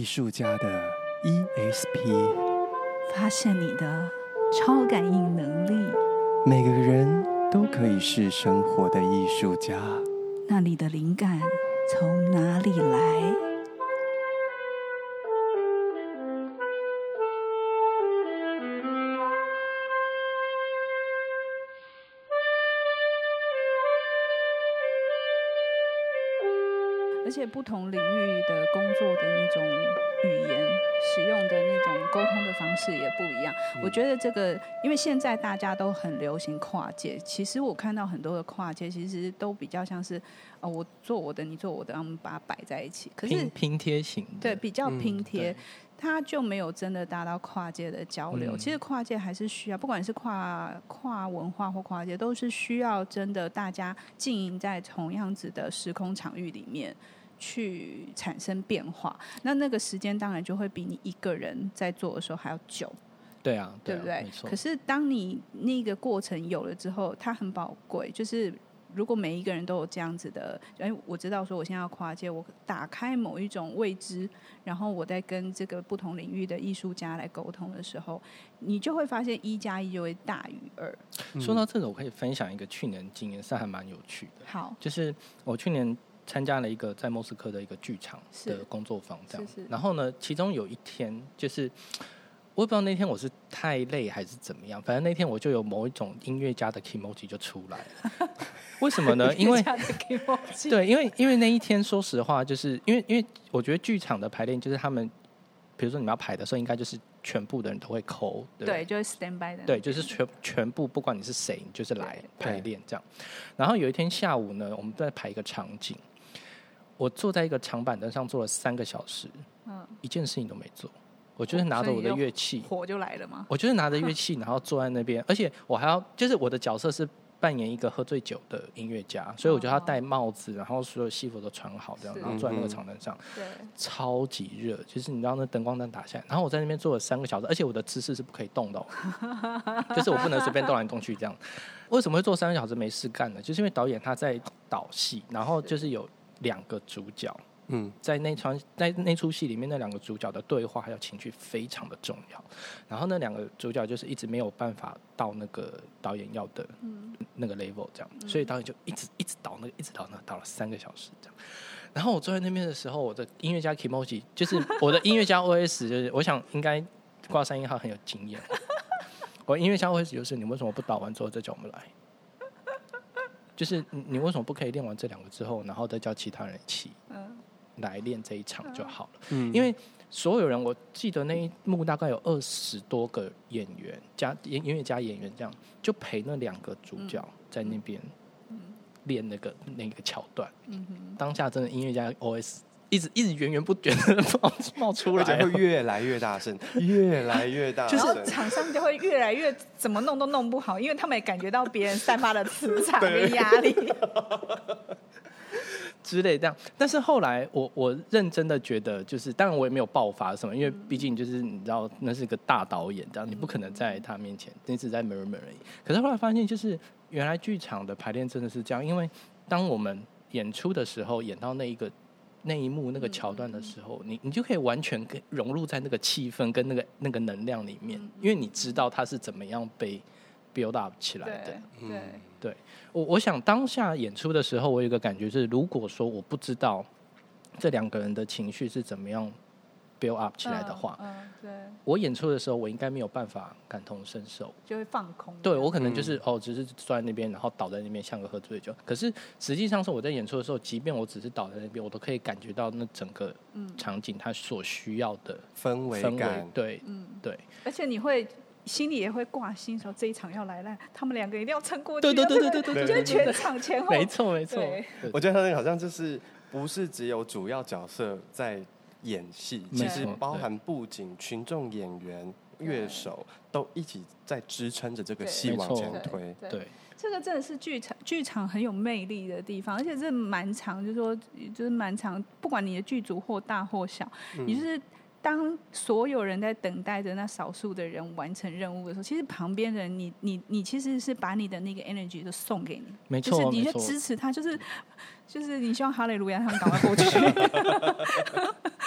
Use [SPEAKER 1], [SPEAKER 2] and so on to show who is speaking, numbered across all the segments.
[SPEAKER 1] 术家的 ESP，
[SPEAKER 2] 发现你的超感应能力。
[SPEAKER 1] 每个人都可以是生活的艺术家。
[SPEAKER 2] 那你的灵感从哪里来？而且不同领域的工作的那种语言使用的那种沟通的方式也不一样。我觉得这个，因为现在大家都很流行跨界，其实我看到很多的跨界，其实都比较像是，我做我的，你做我的，然后我们把它摆在一起。可是
[SPEAKER 3] 拼贴型的，
[SPEAKER 2] 对，比较拼贴。它就没有真的达到跨界的交流。其实跨界还是需要，不管是跨文化或跨界，都是需要真的大家经营在同样子的时空场域里面去产生变化。那个时间当然就会比你一个人在做的时候还要久。
[SPEAKER 3] 对啊，
[SPEAKER 2] 对不对？
[SPEAKER 3] 没错。
[SPEAKER 2] 可是当你那个过程有了之后，它很宝贵，就是如果每一个人都有这样子的，我知道说我现在要跨界，我打开某一种未知，然后我在跟这个不同领域的艺术家来沟通的时候，你就会发现1+1就会大于2。
[SPEAKER 3] 说到这个，我可以分享一个去年经验，是还蛮有趣的。
[SPEAKER 2] 好，
[SPEAKER 3] 就是我去年参加了一个在莫斯科的一个剧场的工作坊，这样。然后呢，其中有一天就是我也不知道那天我是太累还是怎么样，反正那天我就有某一种音乐家的 kimoji 就出来了。为什么呢？因为对，因为那一天说实话，就是因为我觉得剧场的排练就是他们，比如说你们要排的时候，应该就是全部的人都会抠，
[SPEAKER 2] 对，就是 stand by 的，
[SPEAKER 3] 对，就是全部不管你是谁，你就是来排练这样。然后有一天下午呢，我们在排一个场景，我坐在一个长板凳上坐了3个小时，一件事情都没做。我就是拿着我的乐器，
[SPEAKER 2] 火就来了吗？
[SPEAKER 3] 我就是拿着乐器，然后坐在那边，而且我还要，就是我的角色是扮演一个喝醉酒的音乐家，所以我就要戴帽子，然后所有戏服都穿好，这样，然后坐在那个长凳上，
[SPEAKER 2] 对，
[SPEAKER 3] 超级热，就是你知道那灯光灯打下来，然后我在那边坐了3个小时，而且我的姿势是不可以动的，就是我不能随便动来动去这样。为什么会坐3个小时没事干呢？就是因为导演他在导戏，然后就是有2个主角。在那出戏里面，那2个主角的对话还有情绪非常的重要。然后那2个主角就是一直没有办法到那个导演要的那个 level 这样，所以导演就一直导那个，一直导那个，导了3个小时这样。然后我坐在那边的时候，我的音乐家 kimoji 就是我的音乐家 OS， 就是我想应该挂3-1号很有经验。我音乐家 OS 就是你为什么不导完之后再叫我们来？就是你为什么不可以练完这2个之后，然后再叫其他人一起来练这一场就好了？因为所有人，我记得那一幕大概有20多个演员加音乐家演员，这样就陪那2个主角在那边练那个桥段。当下真的音乐家 OS 一直源源不绝的冒出来，
[SPEAKER 1] 而且会越来越大声，越来越大声，
[SPEAKER 2] 然后厂商就会越来越怎么弄都弄不好，因为他们也感觉到别人散发的磁场跟压力
[SPEAKER 3] 之类这样。但是后来我认真的觉得，就是当然我也没有爆发什么，因为毕竟就是你知道那是个大导演，这样你不可能在他面前，你只在 murmur 而已。可是后来发现，就是原来剧场的排练真的是这样，因为当我们演出的时候，演到那一幕那个桥段的时候，你就可以完全融入在那个气氛跟那个能量里面，因为你知道它是怎么样被 build up 起来的。对，我想当下演出的时候，我有一个感觉是，如果说我不知道这2个人的情绪是怎么样 build up 起来的话，
[SPEAKER 2] 对，
[SPEAKER 3] 我演出的时候我应该没有办法感同身受，
[SPEAKER 2] 就会放空。
[SPEAKER 3] 对，我可能就是只是坐在那边，然后倒在那边像个喝醉酒。可是实际上是我在演出的时候，即便我只是倒在那边，我都可以感觉到那整个场景它所需要的
[SPEAKER 1] 氛围感。
[SPEAKER 3] 对，对，
[SPEAKER 2] 而且你会心里也会挂心，说这一场要来了，他们2个一定要撑过去。
[SPEAKER 3] 对，
[SPEAKER 2] 就是全场前后。
[SPEAKER 3] 没错。
[SPEAKER 1] 我觉得他那个好像就是不是只有主要角色在演戏，其实包含布景、群众演员、乐手都一起在支撑着这个戏往前推。
[SPEAKER 3] 对，
[SPEAKER 2] 这个真的是剧场很有魅力的地方，而且这蛮长，就是蛮长，不管你的剧组或大或小，你就是当所有人在等待着那少数的人完成任务的时候，其实旁边的人你其实是把你的那个 energy 都送给你，
[SPEAKER 3] 没错，
[SPEAKER 2] 就是你去支持他，就是你希望哈利路亚他们赶快过去。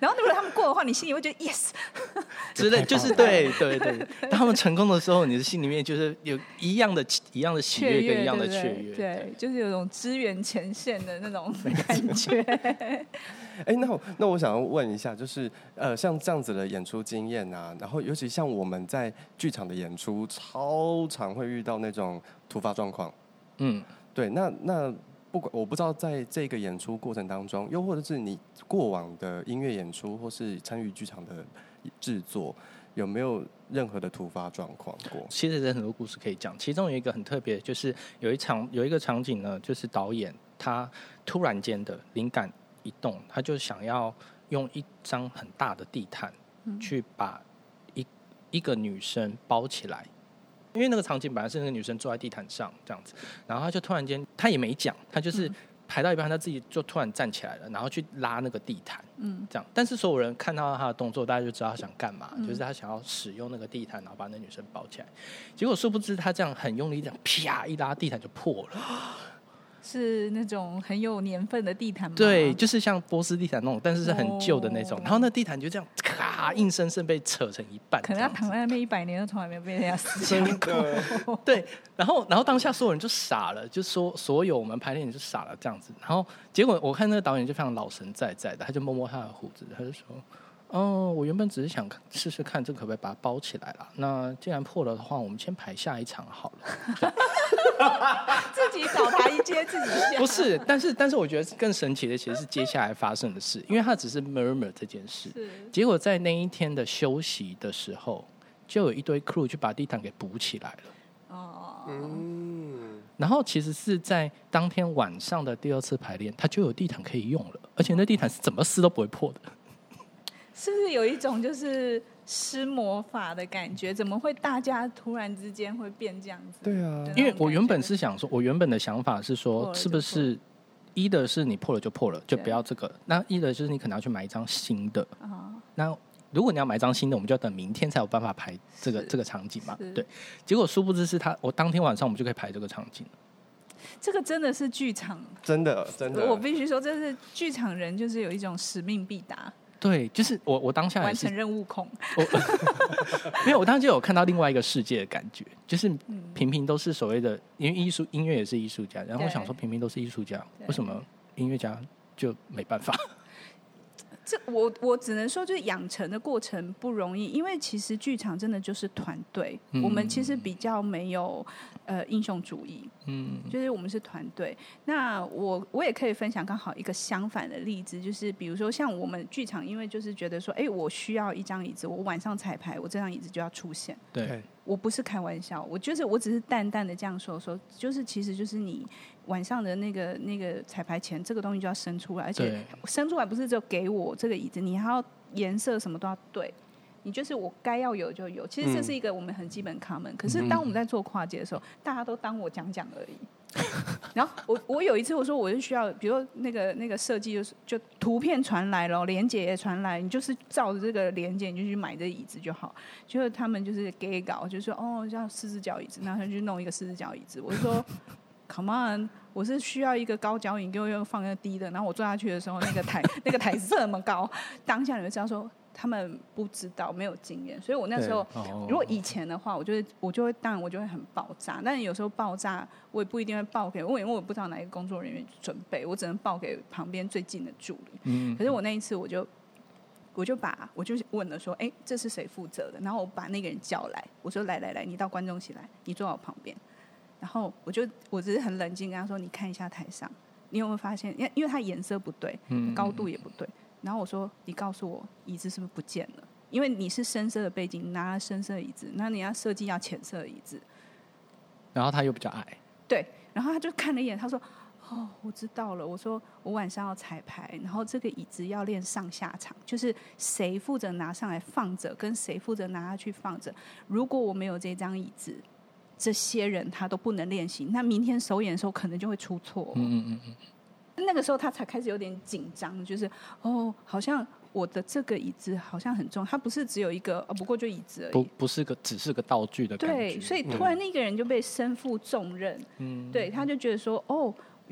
[SPEAKER 2] 然后如果他们过的话，你心里会觉得 yes
[SPEAKER 3] 之类，就是对。当他们成功的时候，你的心里面就是有一样的喜悦跟一样的雀跃，
[SPEAKER 2] 对，就是有种支援前线的那种感觉。
[SPEAKER 1] 那我想要问一下，就是像这样子的演出经验啊，然后尤其像我们在剧场的演出，超常会遇到那种突发状况。对，那我不知道在这个演出过程当中，又或者是你过往的音乐演出，或是参与剧场的制作，有没有任何的突发状况过？
[SPEAKER 3] 其实有很多故事可以讲，其中有一个很特别，就是有一个场景呢，就是导演他突然间的灵感一动，他就想要用一张很大的地毯去把一个女生包起来。因为那个场景本来是那个女生坐在地毯上这样子，然后他就突然间，他也没讲，他就是排到一半，他自己就突然站起来了，然后去拉那个地毯，这样。但是所有人看到他的动作，大家就知道他想干嘛，就是他想要使用那个地毯，然后把那女生包起来。结果殊不知他这样很用力，这样啪一拉，地毯就破了。
[SPEAKER 2] 是那种很有年份的地毯吗？
[SPEAKER 3] 对，就是像波斯地毯那种，但是是很旧的那种。然后那地毯就这样咔，硬生生被扯成一半。
[SPEAKER 2] 可能他躺在那边100年都从来没有被人家撕下过。
[SPEAKER 3] 对，然后当下所有人就傻了，就说所有我们排练人就傻了这样子。然后结果我看那个导演就非常老神在在的，他就摸摸他的胡子，他就说：“我原本只是想试试看这可不可以把它包起来啦。那既然破了的话，我们先排下一场好了。”
[SPEAKER 2] 自己倒台一阶，自己下。
[SPEAKER 3] 不是，但是我觉得更神奇的其实是接下来发生的事，因为他只是 murmur 这件事，结果在那一天的休息的时候，就有一堆 crew 去把地毯给补起来了。然后其实是在当天晚上的第2次排练，他就有地毯可以用了，而且那地毯是怎么撕都不会破的。
[SPEAKER 2] 是不是有一种就是施魔法的感觉？怎么会大家突然之间会变这样子？
[SPEAKER 1] 对啊，
[SPEAKER 3] 因为我原本是想说，我原本的想法是说，是不是一的是你破了就破了，就不要这个；那一的就是你可能要去买一张新的。那如果你要买一张新的，我们就要等明天才有办法排这个场景嘛。对，结果殊不知是我当天晚上我们就可以排这个场景。
[SPEAKER 2] 这个真的是剧场，真的，我必须说，这是剧场人，就是有一种使命必达。
[SPEAKER 3] 对，就是我当下
[SPEAKER 2] 完成任务控。
[SPEAKER 3] 没有，我当时就有看到另外一个世界的感觉，就是平平都是所谓的，因为音乐也是艺术家，然后我想说平平都是艺术家，为什么音乐家就没办法？
[SPEAKER 2] 这我只能说，就是养成的过程不容易，因为其实剧场真的就是团队，我们其实比较没有英雄主义，就是我们是团队。那我也可以分享刚好一个相反的例子，就是比如说像我们剧场，因为就是觉得说，我需要一张椅子，我晚上彩排，我这张椅子就要出现。
[SPEAKER 3] 对，
[SPEAKER 2] 我不是开玩笑，我只是淡淡的这样说，就是其实就是你晚上的那个彩排前，这个东西就要生出来，而且生出来不是只有给我这个椅子，你还要颜色什么都要对，你就是我该要有就有。其实这是一个我们很基本 common， 可是当我们在做跨界的时候，大家都当我讲而已。然后我有一次我说我就需要，比如说那个设计就图片传来了，连结也传来，你就是照着这个连结你就去买这椅子就好。结果他们就是给稿，就说要4只脚椅子，然后他就去弄一个4只脚椅子。我就说Come on， 我是需要一个高脚椅，给我又放一个低的，然后我坐下去的时候，那个台这么高，当下你会知道说他们不知道，没有经验，所以我那时候如果以前的话，我就会当然我就会很爆炸，但是有时候爆炸我也不一定会报给，因为我不知道哪一个工作人员准备，我只能报给旁边最近的助理。可是我那一次我就问了说，这是谁负责的？然后我把那个人叫来，我说来，你到观众席来，你坐我旁边。然后我只是很冷静跟他说，你看一下台上，你有没有发现？因为它颜色不对，高度也不对。然后我说，你告诉我椅子是不是不见了？因为你是深色的背景，拿了深色的椅子，那你要设计要浅色的椅子。
[SPEAKER 3] 然后他又比较矮。
[SPEAKER 2] 对，然后他就看了一眼，他说：“我知道了。”我说：“我晚上要彩排，然后这个椅子要练上下场，就是谁负责拿上来放着，跟谁负责拿下去放着。如果我没有这张椅子，这些人他都不能练习，那明天首演的时候可能就会出错。”那个时候他才开始有点紧张，就是好像我的这个椅子好像很重，它不是只有一个，不过就椅子而已，
[SPEAKER 3] 不是只是个道具的感觉。
[SPEAKER 2] 对，所以突然那个人就被身负重任，对，他就觉得说，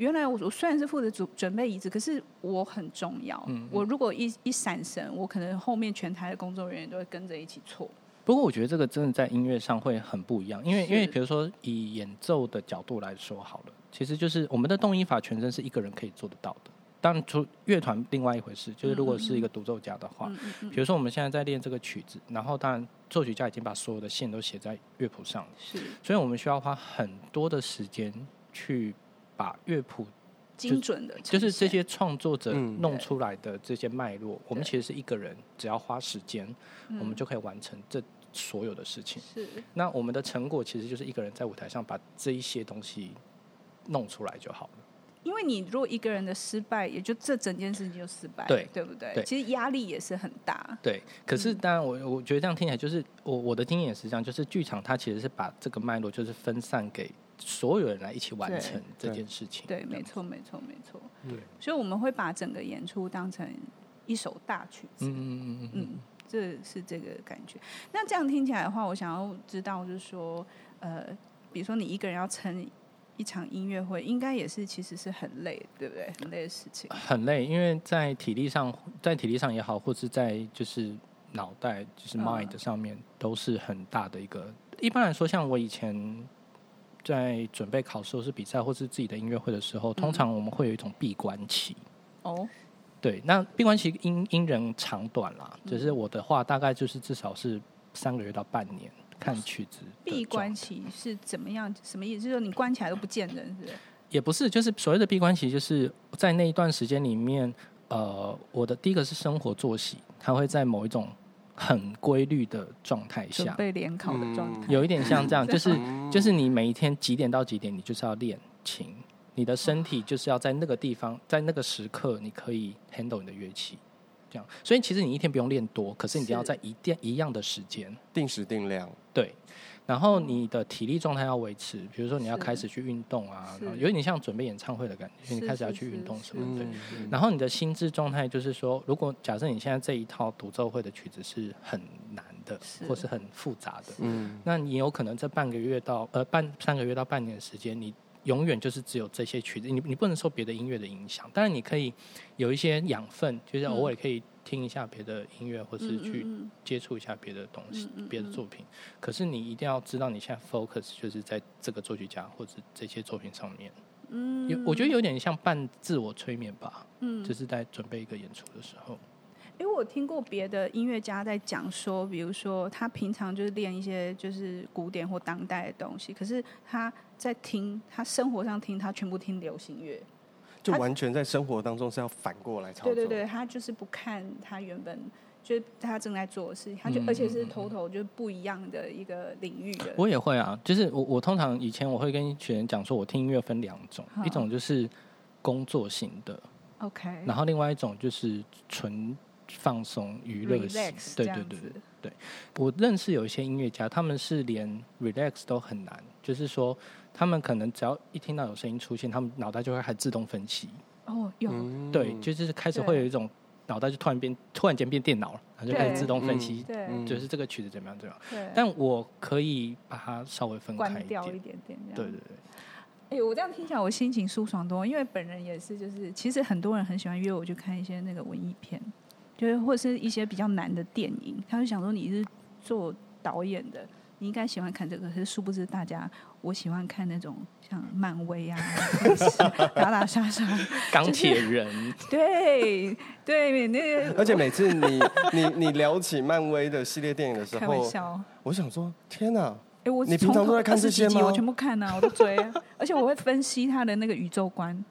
[SPEAKER 2] 原来我虽然是负责准备椅子，可是我很重要。我如果一闪神，我可能后面全台的工作人员都会跟着一起错。
[SPEAKER 3] 不过我觉得这个真的在音乐上会很不一样，因为比如说以演奏的角度来说好了，其实就是我们的动音法全身是一个人可以做得到的。当然，乐团另外一回事，就是如果是一个独奏家的话，比如说我们现在在练这个曲子，然后当然作曲家已经把所有的线都写在乐谱上了，所以我们需要花很多的时间去把乐谱
[SPEAKER 2] 精准的，
[SPEAKER 3] 就是这些创作者弄出来的这些脉络，我们其实是一个人，只要花时间，我们就可以完成这所有的事情。
[SPEAKER 2] 是，
[SPEAKER 3] 那我们的成果其实就是一个人在舞台上把这一些东西弄出来就好了。
[SPEAKER 2] 因为你如果一个人的失败，也就这整件事情就失败了，对不对？其实压力也是很大。
[SPEAKER 3] 对，可是当然我觉得这样听起来，就是我的经验也是这样，就是剧场它其实是把这个脉络就是分散给所有人来一起完成这件事情。
[SPEAKER 2] 对，没错。对，所以我们会把整个演出当成一首大曲子。这是这个感觉。那这样听起来的话，我想要知道就是说，比如说你一个人要撑一场音乐会，应该也是其实是很累，对不对？很累的事情。
[SPEAKER 3] 很累，因为在体力上也好，或是在就是脑袋就是 mind 上面，都是很大的一个。一般来说，像我以前在准备考试或是比赛或是自己的音乐会的时候，通常我们会有一种闭关期。对，那闭关期因人长短啦，就是我的话大概就是至少是3个月到半年。看曲子
[SPEAKER 2] 闭关期是怎么样？什么意思？就是说你关起来都不见人，是不是？
[SPEAKER 3] 也不是，就是所谓的闭关期，就是在那一段时间里面，我的第一个是生活作息，它会在某一种很规律的状态下，
[SPEAKER 2] 准备联考的状态，
[SPEAKER 3] 有一点像这样，就是你每一天几点到几点，你就是要练琴，你的身体就是要在那个地方，在那个时刻，你可以 handle 你的乐器。这样，所以其实你一天不用练多，可是你一定要在一样的时间，
[SPEAKER 1] 定时定量。
[SPEAKER 3] 对，然后你的体力状态要维持，比如说你要开始去运动啊，有点像准备演唱会的感觉，你开始要去运动什么的。然后你的心智状态就是说，如果假设你现在这一套独奏会的曲子是很难的，或是很复杂的，那你有可能这3个月到半年的时间，你永远就是只有这些曲子，你不能受别的音乐的影响。当然你可以有一些养分，就是偶尔可以听一下别的音乐，或是去接触一下别的东西、别的作品。可是你一定要知道，你现在 focus 就是在这个作曲家或者这些作品上面。我觉得有点像半自我催眠吧。就是在准备一个演出的时候。
[SPEAKER 2] 因为我听过别的音乐家在讲说，比如说他平常就是练一些就是古典或当代的东西，可是他在听，他生活上听，他全部听流行乐，
[SPEAKER 1] 就完全在生活当中是要反过来操作。
[SPEAKER 2] 对，他就是不看他原本就是他正在做的事情，他就而且是total就不一样的一个领域的。
[SPEAKER 3] 我也会啊，就是我通常以前我会跟学员讲说，我听音乐分2种，一种就是工作型的
[SPEAKER 2] ，OK，
[SPEAKER 3] 然后另外一种就是纯放松娱乐型，对。我认识有一些音乐家，他们是连 relax 都很难，就是说他们可能只要一听到有声音出现，他们脑袋就会开始自动分析。
[SPEAKER 2] 有，
[SPEAKER 3] 对，就是开始会有一种脑袋就突然间变电脑了，然后就开始自动分析，就是这个曲子怎么样。但我可以把它稍微分开
[SPEAKER 2] 关掉一点点，
[SPEAKER 3] 对。
[SPEAKER 2] 我这样听起来我心情舒爽多，因为本人也是，就是其实很多人很喜欢约我去看一些那个文艺片。就是或者是一些比较难的电影，他就想说你是做导演的，你应该喜欢看这个。可是殊不知我喜欢看那种像漫威啊，打打杀杀，
[SPEAKER 3] 钢铁人，
[SPEAKER 2] 对，那个。
[SPEAKER 1] 而且每次你聊起漫威的系列电影的时候，
[SPEAKER 2] 开玩笑，
[SPEAKER 1] 我想说天哪！
[SPEAKER 2] 你
[SPEAKER 1] 平常都在看这些吗？
[SPEAKER 2] 我全部看啊，我都追啊，而且我会分析他的那个宇宙观。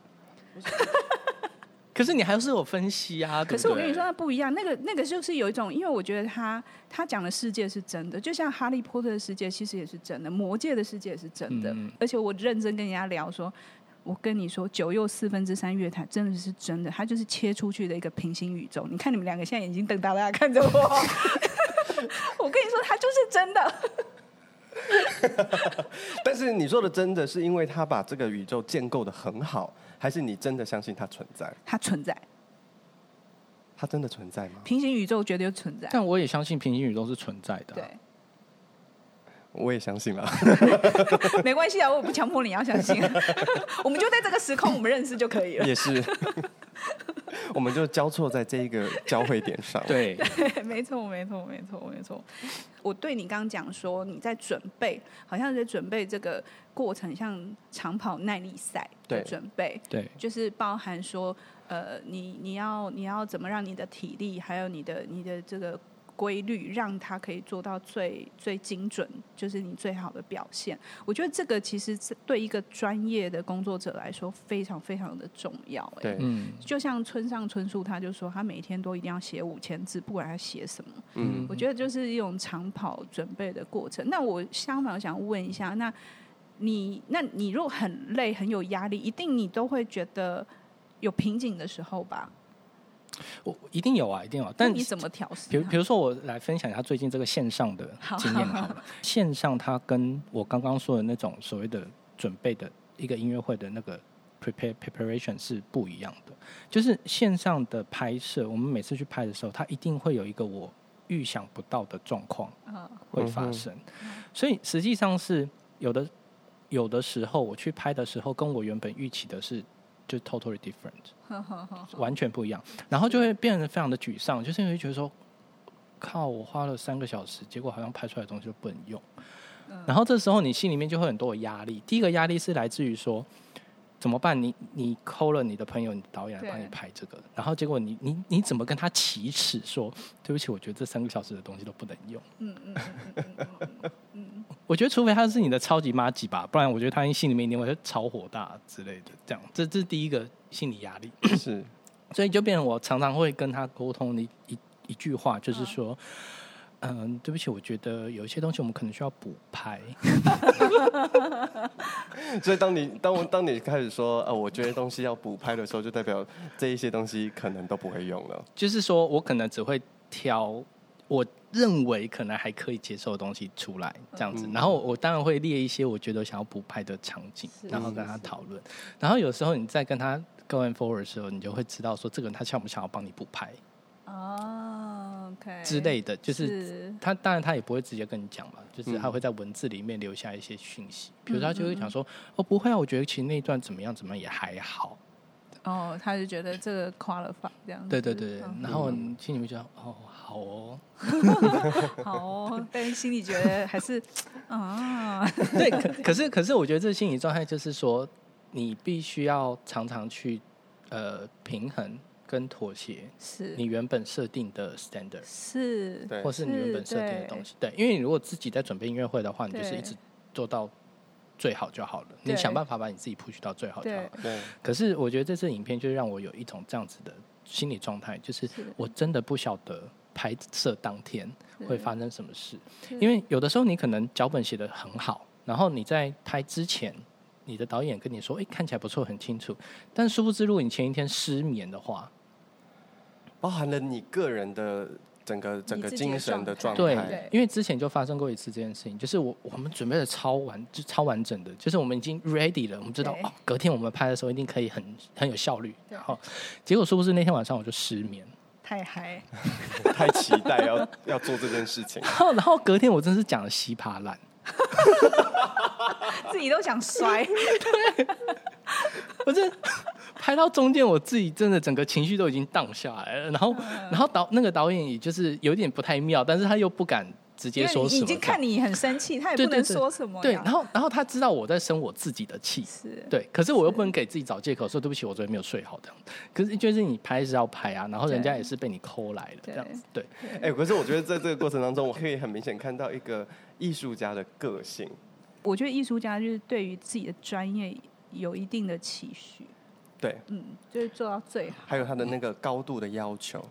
[SPEAKER 3] 可是你还是有分析啊，
[SPEAKER 2] 可是我跟你说，那不一样。那个就是有一种，因为我觉得他讲的世界是真的，就像哈利波特的世界其实也是真的，魔戒的世界也是真的。而且我认真跟人家聊说，我跟你说，9又3/4月台真的是真的，它就是切出去的一个平行宇宙。你看你们2个现在眼睛瞪大大看着我，我跟你说，它就是真的。
[SPEAKER 1] 但是你说的真的是因为他把这个宇宙建构得很好，还是你真的相信它存在？
[SPEAKER 2] 它存在。
[SPEAKER 1] 它真的存在吗？
[SPEAKER 2] 平行宇宙绝对存在。
[SPEAKER 3] 但我也相信平行宇宙是存在的。
[SPEAKER 2] 对。
[SPEAKER 1] 我也相信啦。
[SPEAKER 2] 没关系啊，我也不强迫你要相信，我们就在这个时空我们认识就可以了。
[SPEAKER 1] 也是，我们就交错在这一个交汇点上。
[SPEAKER 3] 对，
[SPEAKER 2] 没错。我对你刚刚讲说你在准备，好像在准备这个过程，像长跑耐力赛的准备，
[SPEAKER 3] 对，
[SPEAKER 2] 就是包含说，你要怎么让你的体力，还有你的这个规律，让它可以做到最精准，就是你最好的表现。我觉得这个其实对一个专业的工作者来说非常非常的重要。
[SPEAKER 1] 对，
[SPEAKER 2] 就像村上春树他就说，他每天都一定要写5000字，不管他写什么。我觉得就是一种长跑准备的过程。那我相反想问一下，那你如果很累很有压力，一定你都会觉得有瓶颈的时候吧？
[SPEAKER 3] 我一定有啊，一定有。但
[SPEAKER 2] 你怎么调试？
[SPEAKER 3] 比如说，我来分享一下最近这个线上的经验好了。线上它跟我刚刚说的那种所谓的准备的一个音乐会的那个 preparation 是不一样的。就是线上的拍摄，我们每次去拍的时候，它一定会有一个我预想不到的状况会发生，所以实际上是有的时候我去拍的时候，跟我原本预期的是就 totally different， 完全不一样，然后就会变得非常的沮丧，就是你会觉得说，靠，我花了3个小时，结果好像拍出来的东西就不能用，然后这时候你心里面就会很多的压力。第一个压力是来自于说，怎么办？你call了你的朋友、你的导演来帮你拍这个，然后结果你怎么跟他启齿说，对不起，我觉得这3个小时的东西都不能用。我觉得除非他是你的超级麻吉吧，不然我觉得他心里面一定会超火大之类的。这样，这是第一个心理压力。
[SPEAKER 1] 是，
[SPEAKER 3] 所以就变成我常常会跟他沟通的一句话，就是说，对不起，我觉得有一些东西我们可能需要补拍。
[SPEAKER 1] 所以当你开始说我觉得东西要补拍的时候，就代表这一些东西可能都不会用了。
[SPEAKER 3] 就是说我可能只会挑我认为可能还可以接受的东西出来，这样子。然后我当然会列一些我觉得想要补拍的场景，然后跟他讨论。然后有时候你在跟他 going forward 的时候，你就会知道说这个人他想不想要帮你补拍。
[SPEAKER 2] OK
[SPEAKER 3] 之类的，就是他当然他也不会直接跟你讲嘛，就是他会在文字里面留下一些讯息，比如他就会讲说，不会啊，我觉得其实那一段怎么样也还好。
[SPEAKER 2] 他就觉得这个夸了法这样子。
[SPEAKER 3] 对，然后你心里面觉得好哦，
[SPEAKER 2] 好哦，但是心里觉得还是
[SPEAKER 3] 对，可是我觉得这心理状态就是说，你必须要常常去平衡跟妥协，
[SPEAKER 2] 是你
[SPEAKER 3] 原本设定的 standard，
[SPEAKER 2] 是，
[SPEAKER 3] 或是你原本设定的东西，对，因为你如果自己在准备音乐会的话，你就是一直做到最好就好了，你想办法把你自己 push 到最好就好了。
[SPEAKER 1] 对。
[SPEAKER 3] 可是我觉得这次影片就让我有一种这样子的心理状态，就是我真的不晓得拍摄当天会发生什么事，因为有的时候你可能脚本写得很好，然后你在拍之前，你的导演跟你说，看起来不错，很清楚，但殊不知，如果你前一天失眠的话，
[SPEAKER 1] 包含了你个人的整个精神的状态。
[SPEAKER 3] 对，因为之前就发生过一次这件事情，就是我们准备的超完整的，就是我们已经 ready 了，我们知道隔天我们拍的时候一定可以很有效率。然后结果殊不知那天晚上我就失眠，
[SPEAKER 2] 太嗨，
[SPEAKER 1] 太期待要做这件事情。
[SPEAKER 3] 然后隔天我真是讲的稀巴烂，
[SPEAKER 2] 自己都想摔。
[SPEAKER 3] 对，我这拍到中间，我自己真的整个情绪都已经荡下来了。然后那个导演也就是有点不太妙，但是他又不敢直接说什么。
[SPEAKER 2] 已经看你很生气，他也不能说什么。
[SPEAKER 3] 对，然后他知道我在生我自己的气，对，可是我又不能给自己找借口说对不起，我昨天没有睡好这样。可是就是你拍是要拍啊，然后人家也是被你抠来的这样子，对。
[SPEAKER 1] 可是我觉得在这个过程当中，我可以很明显看到一个艺术家的个性。
[SPEAKER 2] 我觉得艺术家就是对于自己的专业有一定的期许。
[SPEAKER 1] 对，
[SPEAKER 2] 就是做到最好，
[SPEAKER 1] 还有他的那个高度的要求，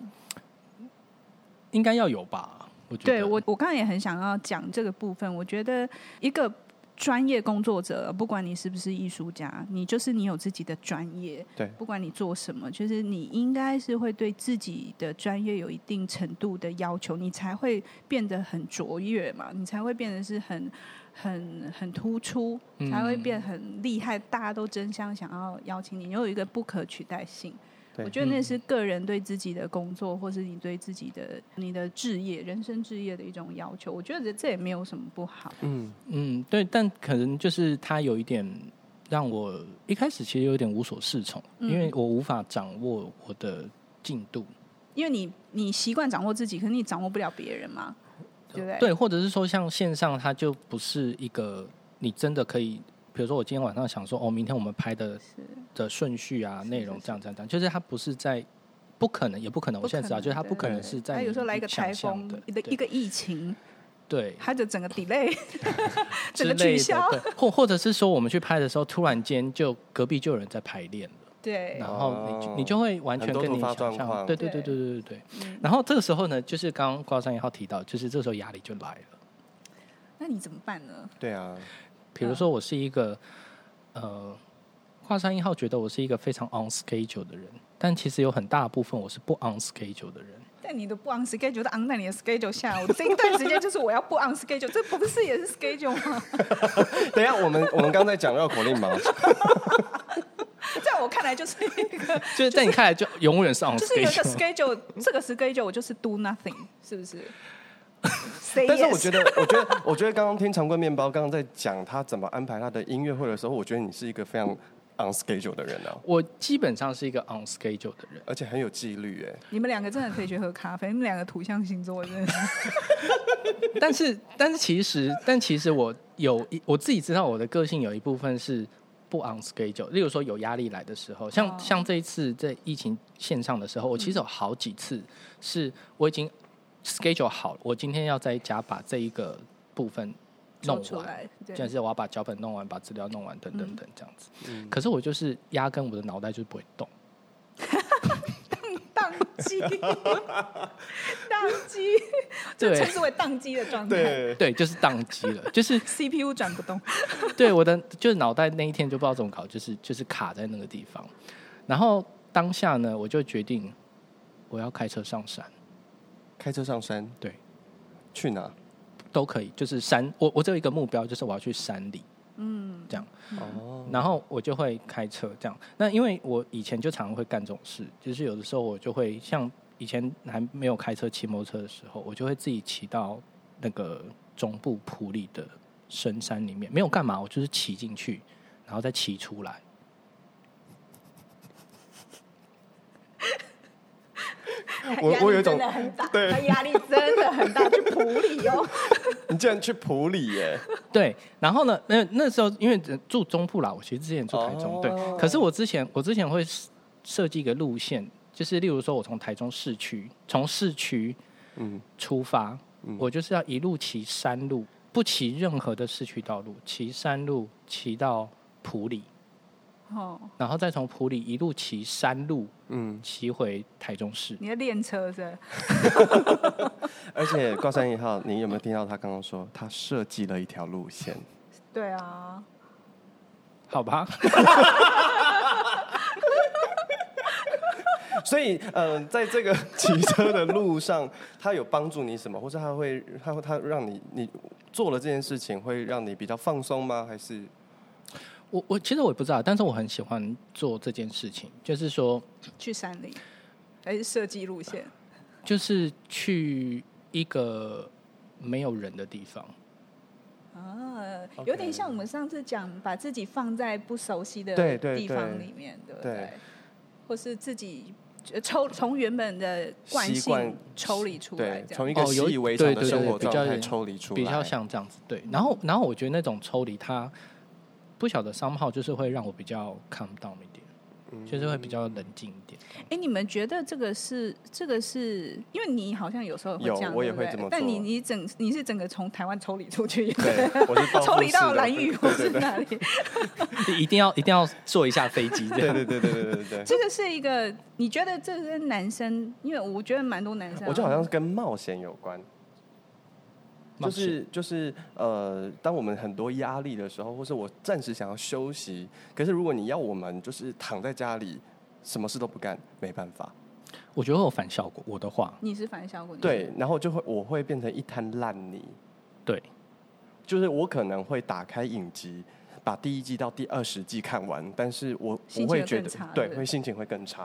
[SPEAKER 3] 应该要有吧？我觉得，
[SPEAKER 2] 对我刚才也很想要讲这个部分。我觉得一个专业工作者，不管你是不是艺术家，你有自己的专业，
[SPEAKER 1] 对，
[SPEAKER 2] 不管你做什么，就是你应该是会对自己的专业有一定程度的要求，你才会变得很卓越嘛，你才会变得是很突出，才会变很厉害，大家都争相想要邀请你，有一个不可取代性。 我觉得那是个人对自己的工作，或是你对自己的你的志业、人生志业的一种要求。我觉得这也没有什么不好。
[SPEAKER 3] 对，但可能就是他有一点让我一开始其实有点无所适从，因为我无法掌握我的进度。
[SPEAKER 2] 因为你习惯掌握自己，可是你掌握不了别人嘛，对不对？
[SPEAKER 3] 对，或者是说像线上，它就不是一个你真的可以，比如说我今天晚上想说，明天我们拍的顺序啊、内容这样，就是它不是在，不可能，也不可能。我现在知道，就是它不可能是在。
[SPEAKER 2] 它有时候来一个台风，一个疫情，
[SPEAKER 3] 对，
[SPEAKER 2] 它就整个 delay， 整个取消，
[SPEAKER 3] 或者是说我们去拍的时候，突然间就隔壁就有人在排练了。
[SPEAKER 2] 对，
[SPEAKER 3] 然后你就会完全跟你想象，对。然后这个时候呢，就是刚刚挂山1号提到，就是这个时候压力就来了。
[SPEAKER 2] 那你怎么办呢？
[SPEAKER 1] 对啊，
[SPEAKER 3] 比如说我是一个挂山1号觉得我是一个非常 on schedule 的人，但其实有很大部分我是不 on schedule 的人。
[SPEAKER 2] 但你的不 on schedule 都 on 在你的 schedule 下，我这一段时间就是我要不 on schedule， 这不是也是 schedule 吗？
[SPEAKER 1] 等一下，我们刚才讲绕口令吗？
[SPEAKER 2] 在我看来就是一个，
[SPEAKER 3] 就是在你看来就永远是 on schedule，
[SPEAKER 2] 就是有一个 schedule， 这个 schedule 我就是 do nothing， 是不是？
[SPEAKER 1] 但是我觉得刚刚听长棍面包刚刚在讲他怎么安排他的音乐会的时候，我觉得你是一个非常 on schedule 的人啊。
[SPEAKER 3] 我基本上是一个 on schedule 的人，
[SPEAKER 1] 而且很有纪律哎。
[SPEAKER 2] 你们两个真的可以去喝咖啡，你们两个土象星座真的
[SPEAKER 3] 是。但其实我自己知道我的个性有一部分是不 on schedule， 例如说有压力来的时候，像这一次在疫情线上的时候，我其实有好几次是我已经 schedule 好了，我今天要在家把这一个部分弄完，就是我要把脚本弄完，把资料弄完，等等等这样子。可是我就是压根我的脑袋就是不会动，
[SPEAKER 2] 宕机，这称之为宕机的状态。
[SPEAKER 3] 对，就是宕机了，就是
[SPEAKER 2] CPU 转不动。
[SPEAKER 3] 对，我的就是脑袋那一天就不知道怎么搞，就是卡在那个地方。然后当下呢，我就决定我要开车上山。
[SPEAKER 1] 开车上山？
[SPEAKER 3] 对。
[SPEAKER 1] 去哪？
[SPEAKER 3] 都可以，就是山。我只有一个目标，就是我要去山里。这样。然后我就会开车这样。那因为我以前就常常会干这种事，就是有的时候我就会像以前还没有开车骑摩托车的时候，我就会自己骑到那个中部埔里的深山里面，没有干嘛，我就是骑进去，然后再骑出来。
[SPEAKER 1] 我有一种
[SPEAKER 2] 对，他压力真的很大，去埔里哦。
[SPEAKER 1] 你竟然去埔里耶？
[SPEAKER 3] 对，然后呢，那时候因为住中部啦，我其实之前住台中，对。可是我之前会设计一个路线，就是例如说我从台中市区，从市区出发，我就是要一路骑山路，不骑任何的市区道路，骑山路骑到埔里。然后再从埔里一路骑山路，骑回台中市。
[SPEAKER 2] 你在练车是？
[SPEAKER 1] 而且挂山1号，你有没有听到他刚刚说他设计了一条路线？
[SPEAKER 2] 对啊，
[SPEAKER 3] 好吧。
[SPEAKER 1] 所以在这个骑车的路上，他有帮助你什么，或者他让你做了这件事情，会让你比较放松吗？还是？
[SPEAKER 3] 我其实我也不知道，但是我很喜欢做这件事情，就是说
[SPEAKER 2] 去山里，还是设计路线，
[SPEAKER 3] 就是去一个没有人的地方。
[SPEAKER 2] 有点像我们上次讲，把自己放在不熟悉的地方里面，对不对？或是自己从原本的惯性抽离出来，
[SPEAKER 1] 从一个习以为常的生活状态抽离出来，
[SPEAKER 3] 比较像这样子。对，然后我觉得那种抽离它。不晓得somehow就是会让我比较 calm down 一点，就是会比较冷静一点。
[SPEAKER 2] 你们觉得这个是因为你好像有时候会这样，
[SPEAKER 1] 我也会这么做。
[SPEAKER 2] 但你是整个从台湾抽离出去，
[SPEAKER 1] 对，我是
[SPEAKER 2] 抽离到兰屿或是哪里？
[SPEAKER 3] 一定要坐一下飞机，这样。
[SPEAKER 1] 对。
[SPEAKER 2] 这个是一个，你觉得这跟男生？因为我觉得蛮多男生，
[SPEAKER 1] 我觉得好像是跟冒险有关。就是当我们很多压力的时候，或是我暂时想要休息，可是如果你要我们就是躺在家里什么事都不干，没办法。
[SPEAKER 3] 我觉得会有反效果。我的话，
[SPEAKER 2] 你是反效果，
[SPEAKER 1] 对，然后我会变成一滩烂泥。
[SPEAKER 3] 对，
[SPEAKER 1] 就是我可能会打开影集，把第1季到第20季看完，但是我会觉得对，会心情会更差。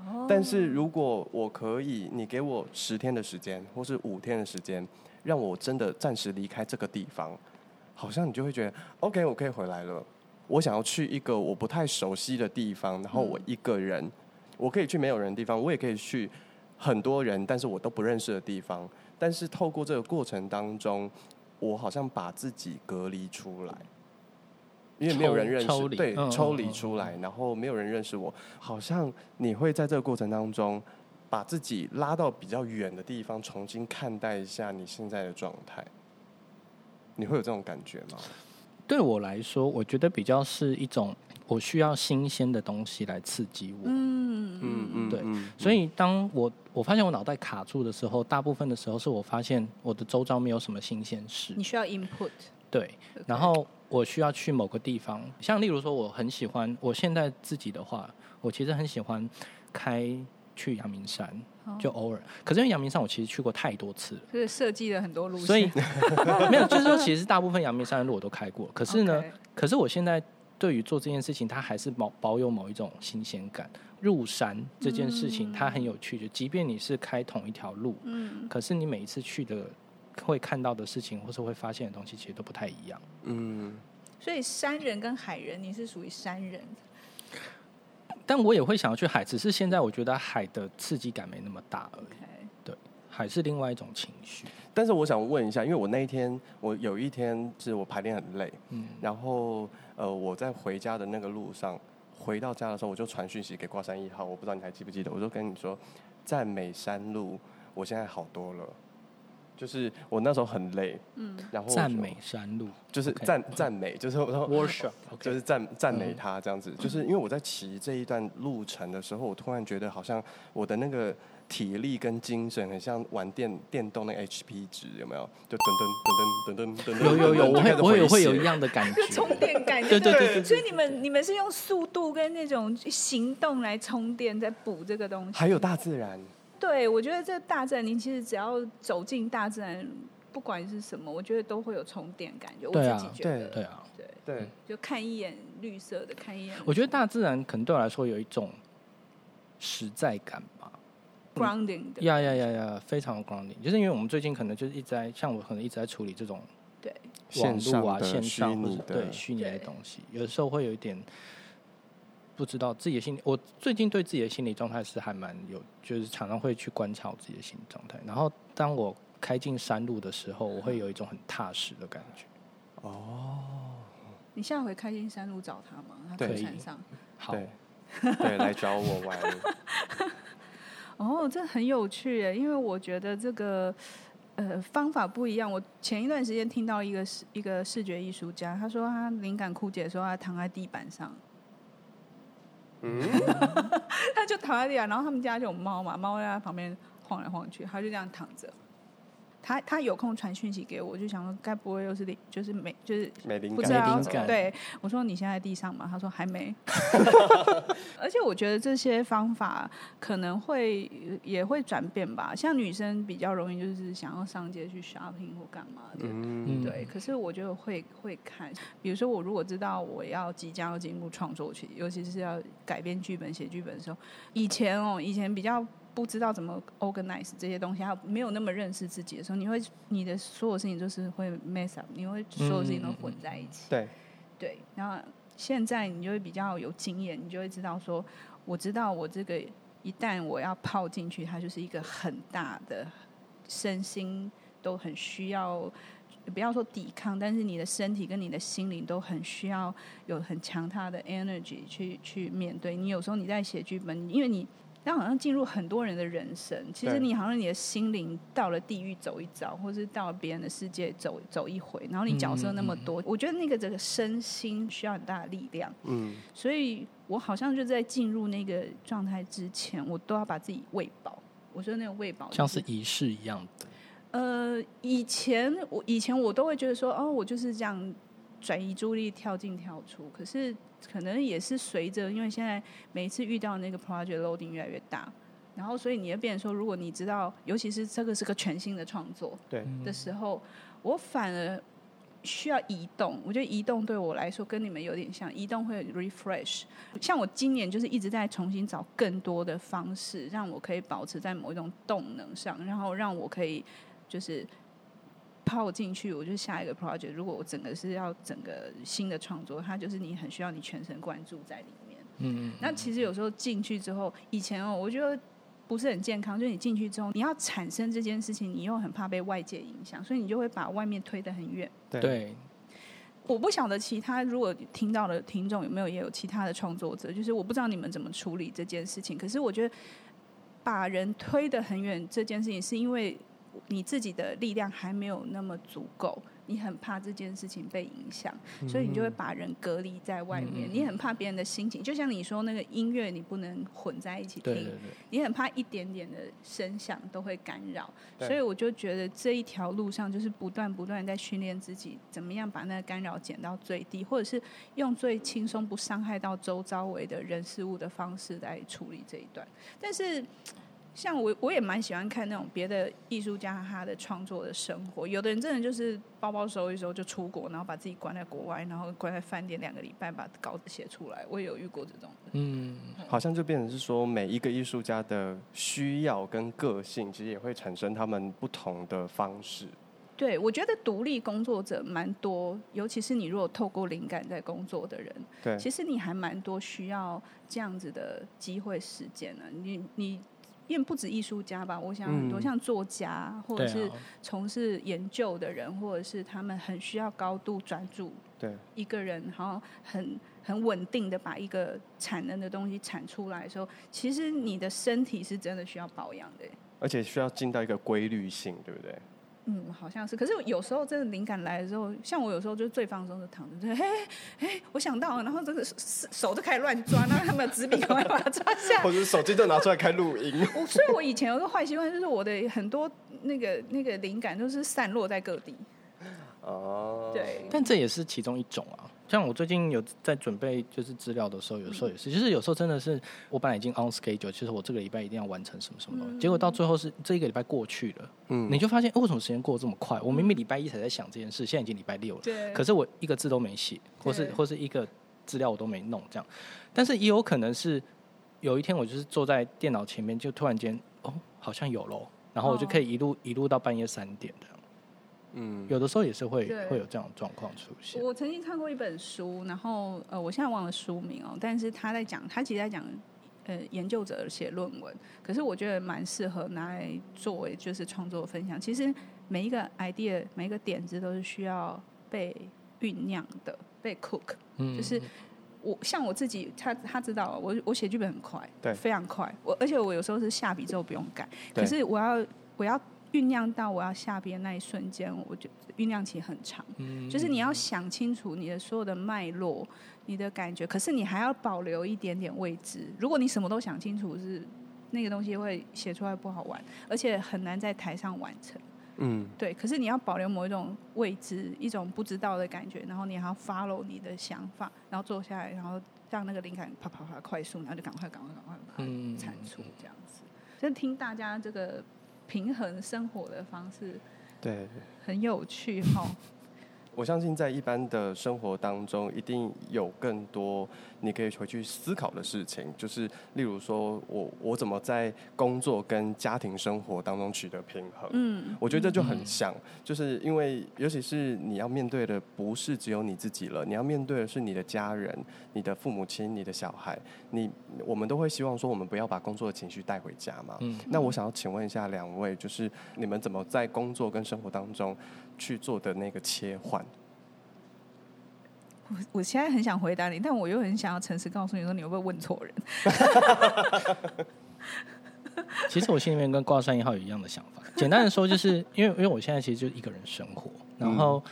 [SPEAKER 1] 但是如果我可以，你给我10天的时间，或是5天的时间，让我真的暂时离开这个地方，好像你就会觉得 OK， 我可以回来了。我想要去一个我不太熟悉的地方，然后我一个人，我可以去没有人的地方，我也可以去很多人但是我都不认识的地方。但是透过这个过程当中，我好像把自己隔离出来。因为没有人认识，对，抽离出来，然后没有人认识我，好像你会在这个过程当中，把自己拉到比较远的地方，重新看待一下你现在的状态。你会有这种感觉吗？
[SPEAKER 3] 对我来说，我觉得比较是一种我需要新鲜的东西来刺激我。对。所以当我发现我脑袋卡住的时候，大部分的时候是我发现我的周遭没有什么新鲜事。
[SPEAKER 2] 你需要 input。
[SPEAKER 3] 对，然后我需要去某个地方，像例如说，我很喜欢，我现在自己的话，我其实很喜欢去阳明山，就偶尔。可是因为阳明山我其实去过太多次了，
[SPEAKER 2] 就是设计了很多路线，
[SPEAKER 3] 所以没有，就是说其实大部分阳明山的路我都开过。可是呢，可是我现在对于做这件事情，它还是保有某一种新鲜感。入山这件事情，它很有趣的，即便你是开同一条路，可是你每一次去的会看到的事情，或是会发现的东西，其实都不太一样。
[SPEAKER 2] 所以山人跟海人，你是属于山人，
[SPEAKER 3] 但我也会想要去海，只是现在我觉得海的刺激感没那么大而已。对，海是另外一种情绪。
[SPEAKER 1] 但是我想问一下，因为我有一天是我排练很累，然后我在回家的那个路上，回到家的时候我就传讯息给挂山1号，我不知道你还记不记得，我就跟你说，赞美山路，我现在好多了。就是我那时候很累，然后
[SPEAKER 3] 赞美山路，
[SPEAKER 1] 就是赞美，就是我说
[SPEAKER 3] worship，
[SPEAKER 1] 就是赞美他这样子。就是因为我在骑这一段路程的时候，我突然觉得好像我的那个体力跟精神很像玩电动那个 HP 值，有没有？就噔噔噔噔噔噔噔，
[SPEAKER 3] 有，我也会有一样的感觉，
[SPEAKER 2] 充电感。对。所以你们是用速度跟那种行动来充电，在补这个东西。
[SPEAKER 1] 还有大自然。
[SPEAKER 2] 对，我觉得这大自然，你其实只要走进大自然，不管是什么，我觉得都会有充电感觉。我自己觉得，
[SPEAKER 1] 对，
[SPEAKER 2] 就看一眼绿色的，看一眼。
[SPEAKER 3] 我觉得大自然可能对我来说有一种实在感吧
[SPEAKER 2] ，grounding 的。
[SPEAKER 3] 呀，非常 grounding。就是因为我们最近可能就是像我可能一直在处理这种网络啊、线上或者虚拟的东西，有的时候会有一点。不知道自己的心理，我最近对自己的心理状态是还蛮有，就是常常会去观察我自己的心理状态。然后当我开进山路的时候，我会有一种很踏实的感觉。
[SPEAKER 2] 你下回开进山路找他吗？他在山上。
[SPEAKER 3] 好，
[SPEAKER 1] 对，来找我
[SPEAKER 2] 玩。这很有趣耶，因为我觉得这个方法不一样。我前一段时间听到一个视觉艺术家，他说他灵感枯竭的时候，他躺在地板上。他就躺在地上，然后他们家就有猫嘛，猫在他旁边晃来晃去，他就这样躺着。他有空传讯息给我，就想说该不会又是就是没
[SPEAKER 1] 灵
[SPEAKER 2] 不知道
[SPEAKER 3] 感。
[SPEAKER 2] 对，我说你现在在地上吗？他说还没。而且我觉得这些方法可能也会转变吧。像女生比较容易就是想要上街去 shopping 或干嘛的，对。可是我觉得会看，比如说我如果知道我即将要进入创作期，尤其是要改编剧本、写剧本的时候，以前比较不知道怎么 organize 这些东西，还有没有那么认识自己的时候，你的所有事情就是会 mess up， 你会所有事情都混在一起。对，然后现在你就会比较有经验，你就会知道说，我知道我这个一旦我要泡进去，它就是一个很大的身心都很需要，不要说抵抗，但是你的身体跟你的心灵都很需要有很强大的 energy 去面对。你有时候你在写剧本，因为你好像进入很多人的人生，其实你好像你的心灵到了地狱走一遭，或是到了别人的世界走一回，然后你角色那么多，我觉得那个整个身心需要很大的力量。所以我好像就在进入那个状态之前，我都要把自己喂饱。我说那个喂饱、
[SPEAKER 3] 像是仪式一样的。
[SPEAKER 2] 以前我都会觉得说，我就是这样转移注意力，跳进跳出。可是可能也是随着，因为现在每一次遇到那个 project loading 越来越大，然后所以你会变成说，如果你知道，尤其是这个是个全新的创作的时候，我反而需要移动，我觉得移动对我来说跟你们有点像，移动会 refresh。像我今年就是一直在重新找更多的方式，让我可以保持在某一种动能上，然后让我可以就是泡进去。我就下一个 project， 如果我整个是要整个新的创作，它就是你很需要你全神贯注在里面。那其实有时候进去之后，以前我觉得不是很健康，就是你进去之后，你要产生这件事情，你又很怕被外界影响，所以你就会把外面推得很远。
[SPEAKER 3] 对，
[SPEAKER 2] 我不晓得其他如果听到的听众有没有也有其他的创作者，就是我不知道你们怎么处理这件事情。可是我觉得把人推得很远这件事情，是因为你自己的力量还没有那么足够，你很怕这件事情被影响，所以你就会把人隔离在外面。你很怕别人的心情，就像你说那个音乐你不能混在一起听，
[SPEAKER 3] 对，
[SPEAKER 2] 你很怕一点点的声响都会干扰。所以我就觉得这一条路上就是不断在训练自己怎么样把那个干扰减到最低，或者是用最轻松不伤害到周遭围的人事物的方式来处理这一段。但是像我也蛮喜欢看那种别的艺术家他的创作的生活，有的人真的就是包包收一收就出国，然后把自己关在国外，然后关在饭店2个礼拜把稿子写出来，我也有遇过这种的。
[SPEAKER 1] 好像就变成是说每一个艺术家的需要跟个性其实也会产生他们不同的方式。
[SPEAKER 2] 对，我觉得独立工作者蛮多，尤其是你如果透过灵感在工作的人，
[SPEAKER 1] 对，
[SPEAKER 2] 其实你还蛮多需要这样子的机会实践的。你因为不止艺术家吧，我想很多像作家，或者是从事研究的人，或者是他们很需要高度专注，
[SPEAKER 1] 对
[SPEAKER 2] 一个人，然后很稳定的把一个产能的东西产出来的时候，其实你的身体是真的需要保养的，
[SPEAKER 1] 而且需要进到一个规律性，对不对？
[SPEAKER 2] 好像是。可是有时候真的灵感来的时候，像我有时候就最放松的躺着，我想到了，然后这个手就开始乱抓，然后他们有纸笔赶快把它抓下来，
[SPEAKER 1] 或者手机就拿出来开录音。
[SPEAKER 2] 所以我以前有个坏习惯，就是我的很多那个灵感都是散落在各地。对，
[SPEAKER 3] 但这也是其中一种啊。像我最近有在准备就是资料的时候，有时候也是，就是有时候真的是我本来已经 on schedule， 其实我这个礼拜一定要完成什么什么东西，结果到最后是这一个礼拜过去了，你就发现为什么时间过得这么快？我明明礼拜一才在想这件事，现在已经礼拜6了，可是我一个字都没写，或是一个资料我都没弄这样。但是也有可能是有一天我就是坐在电脑前面，就突然间好像有咯，然后我就可以一路到半夜3点的。有的时候也是会有这样的状况出现。
[SPEAKER 2] 我曾经看过一本书，然后我现在忘了书名但是他其实在讲研究者写论文，可是我觉得蛮适合拿来作为就是创作分享。其实每一个 idea 每一个点子都是需要被酝酿的，被 cook，就是像我自己，他知道我写剧本很快，
[SPEAKER 1] 对，
[SPEAKER 2] 非常快。而且我有时候是下笔之后不用改，可是我要酝酿到我要下笔的那一瞬间，我觉得酝酿期很长。就是你要想清楚你的所有的脉络，你的感觉，可是你还要保留一点点位置。如果你什么都想清楚，是那个东西会写出来不好玩，而且很难在台上完成。对。可是你要保留某一种位置，一种不知道的感觉，然后你还要 follow 你的想法，然后坐下来，然后让那个灵感啪啪啪快速，然后就赶快把它产出这样子。就听大家这个平衡生活的方式，
[SPEAKER 1] 对，
[SPEAKER 2] 很有趣
[SPEAKER 1] 我相信在一般的生活当中，一定有更多你可以回去思考的事情，就是例如说我怎么在工作跟家庭生活当中取得平衡。我觉得这就很像，就是因为尤其是你要面对的不是只有你自己了，你要面对的是你的家人、你的父母亲、你的小孩，我们都会希望说我们不要把工作的情绪带回家嘛。那我想要请问一下2位，就是你们怎么在工作跟生活当中去做的那个切换？
[SPEAKER 2] 我现在很想回答你，但我又很想要诚实告诉你说，你会不会问错人？
[SPEAKER 3] 其实我心里面跟挂山1号有一样的想法。简单的说，就是因为我现在其实就一个人生活，然后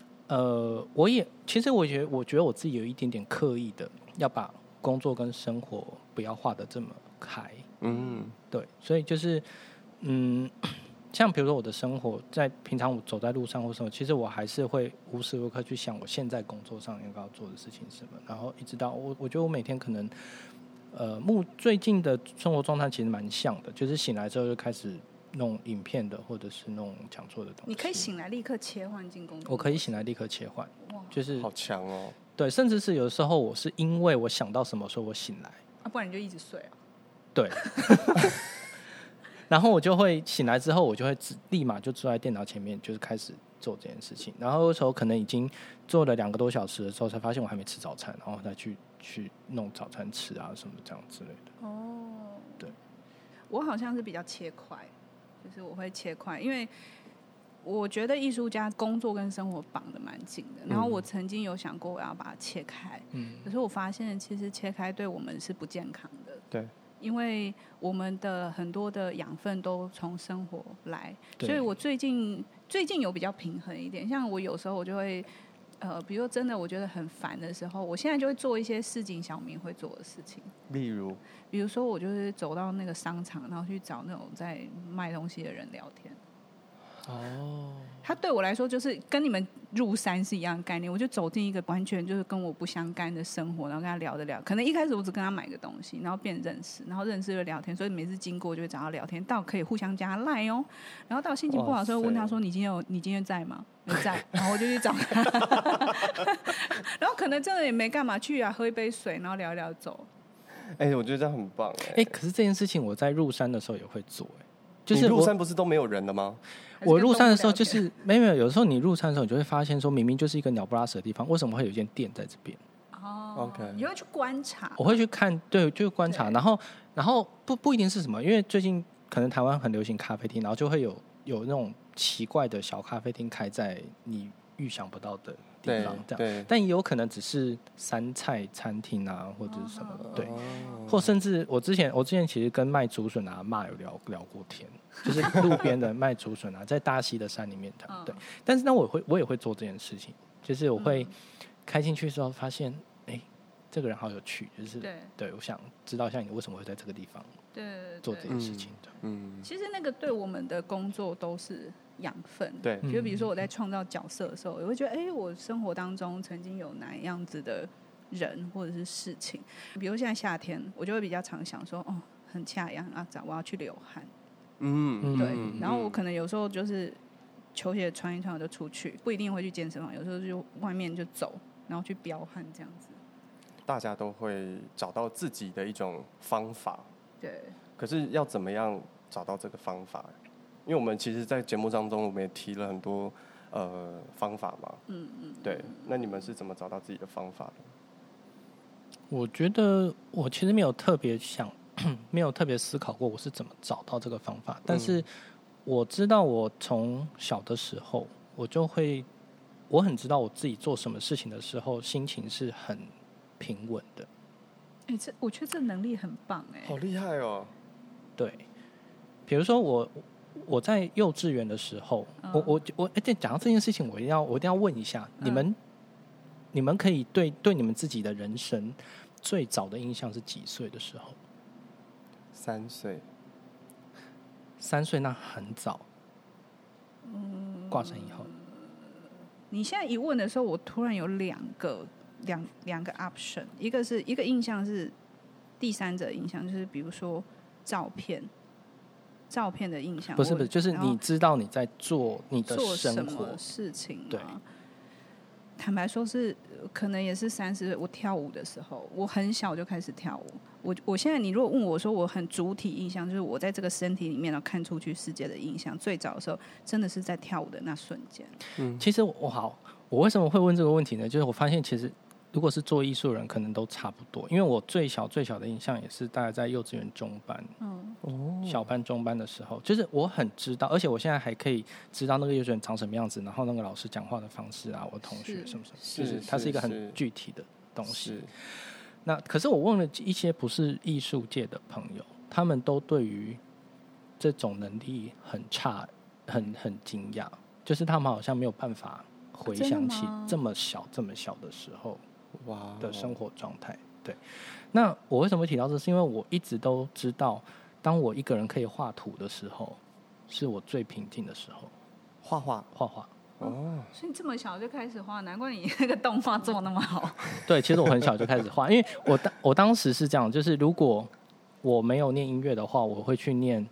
[SPEAKER 3] 其实我觉得我自己有一点点刻意的要把工作跟生活不要画得这么开。对，所以就是像比如说我的生活，在平常我走在路上或什么，其实我还是会无时无刻去想我现在工作上应该要做的事情是什么，然后一直到我觉得我每天可能最近的生活状态其实蛮像的，就是醒来之后就开始弄影片的，或者是弄讲座的东西。
[SPEAKER 2] 你可以醒来立刻切换进工作。
[SPEAKER 3] 我可以醒来立刻切换，就是
[SPEAKER 1] 好强哦。
[SPEAKER 3] 对，甚至是有的时候我是因为我想到什么，所以我醒来。
[SPEAKER 2] 不然你就一直睡啊。
[SPEAKER 3] 对。然后我就会醒来之后，我就会立马就坐在电脑前面，就是开始做这件事情。然后有时候可能已经做了2个多小时的时候，才发现我还没吃早餐，然后再去弄早餐吃啊什么这样之类的。对。
[SPEAKER 2] 我好像是比较切块，就是我会切块，因为我觉得艺术家工作跟生活绑得蛮紧的。然后我曾经有想过我要把它切开，可是我发现其实切开对我们是不健康的。
[SPEAKER 1] 对。
[SPEAKER 2] 因为我们的很多的养分都从生活来，所以我最近有比较平衡一点。像我有时候我就会，比如说真的我觉得很烦的时候，我现在就会做一些市井小民会做的事情。
[SPEAKER 1] 比
[SPEAKER 2] 如说我就是走到那个商场，然后去找那种在卖东西的人聊天。他对我来说就是跟你们入山是一样的概念，我就走进一个完全就是跟我不相干的生活，然后跟他聊着聊，可能一开始我只跟他买个东西，然后变认识，然后认识就聊天，所以每次经过就会找他聊天，到可以互相加 LINE 哦，然后到心情不好的时候问他说你今天在吗？没在，然后我就去找他然后可能真的也没干嘛，去喝一杯水，然后聊一聊走。
[SPEAKER 1] 我觉得这样很棒。
[SPEAKER 3] 可是这件事情我在入山的时候也会做。就是
[SPEAKER 1] 你入山不是都没有人了吗？
[SPEAKER 3] 我入山的时候就是没有，有时候你入山的时候，你就会发现说，明明就是一个鸟不拉屎的地方，为什么会有一间店在这边
[SPEAKER 2] ？OK， 你会去观察？
[SPEAKER 3] 我会去看，对，就观察，然后不一定是什么，因为最近可能台湾很流行咖啡厅，然后就会有那种奇怪的小咖啡厅开在你预想不到的地方，这样，但也有可能只是山菜餐厅啊，或者是什么，对，或甚至我之前其实跟卖竹笋的阿嬷有聊过天，就是路边的卖竹笋啊，在大溪的山里面的，对。但是呢，我也会做这件事情，就是我会开进去的时候发现，这个人好有趣，就是对，我想知道一下你为什么会在这个地方做这件事情的。
[SPEAKER 2] 其实那个对我们的工作都是养分。
[SPEAKER 1] 对，
[SPEAKER 2] 就比如说我在创造角色的时候，我会觉得，我生活当中曾经有哪样子的人或者是事情，比如现在夏天，我就会比较常想说，很恰样啊，我要去流汗。对。然后我可能有时候就是球鞋穿一穿我就出去，不一定会去健身房，有时候就外面就走，然后去飙汗这样子。
[SPEAKER 1] 大家都会找到自己的一种方法。
[SPEAKER 2] 对。
[SPEAKER 1] 可是要怎么样找到这个方法？因为我们其实，在节目当中，我们也提了很多方法嘛。对。那你们是怎么找到自己的方法的？
[SPEAKER 3] 我觉得我其实没有特别没有特别思考过我是怎么找到这个方法，但是我知道我从小的时候，我很知道我自己做什么事情的时候，心情是很平稳的。
[SPEAKER 2] 我觉得这能力很棒。
[SPEAKER 1] 好厉害哦。
[SPEAKER 3] 对，比如说我在幼稚园的时候，我讲到这件事情，我一定要问一下，你们可以对你们自己的人生最早的印象是几岁的时候
[SPEAKER 1] ？3岁。
[SPEAKER 3] 3岁那很早。挂绳以后。
[SPEAKER 2] 你现在一问的时候，我突然有两个 option， 一个印象是第三者印象，就是比如说照片的印象。
[SPEAKER 3] 不是，就是你知道你在做你的生活
[SPEAKER 2] 做什么事情吗？
[SPEAKER 3] 对。
[SPEAKER 2] 坦白说是可能也是30岁，我跳舞的时候，我很小就开始跳舞。我现在你如果问我说我很主体印象，就是我在这个身体里面然后看出去世界的印象，最早的时候真的是在跳舞的那瞬间。
[SPEAKER 3] 其实我为什么会问这个问题呢？就是我发现其实如果是做艺术的人可能都差不多，因为我最小的印象也是大概在幼稚园中班，小班中班的时候，就是我很知道，而且我现在还可以知道那个幼稚园长什么样子，然后那个老师讲话的方式啊，我同学什么什么，就是它是一个很具体的东西。那可是我问了一些不是艺术界的朋友，他们都对于这种能力很差，很惊讶，就是他们好像没有办法回想起这么小的时候的生活状态。对，那我为什么会提到这？是因为我一直都知道，当我一个人可以画图的时候，是我最平静的时候。画画。
[SPEAKER 2] 所以你这么小就开始画，难怪你那个动画做那么好。
[SPEAKER 3] 对，其实我很小就开始画，因为我当时是这样，就是如果我没有念音乐的话，我会去念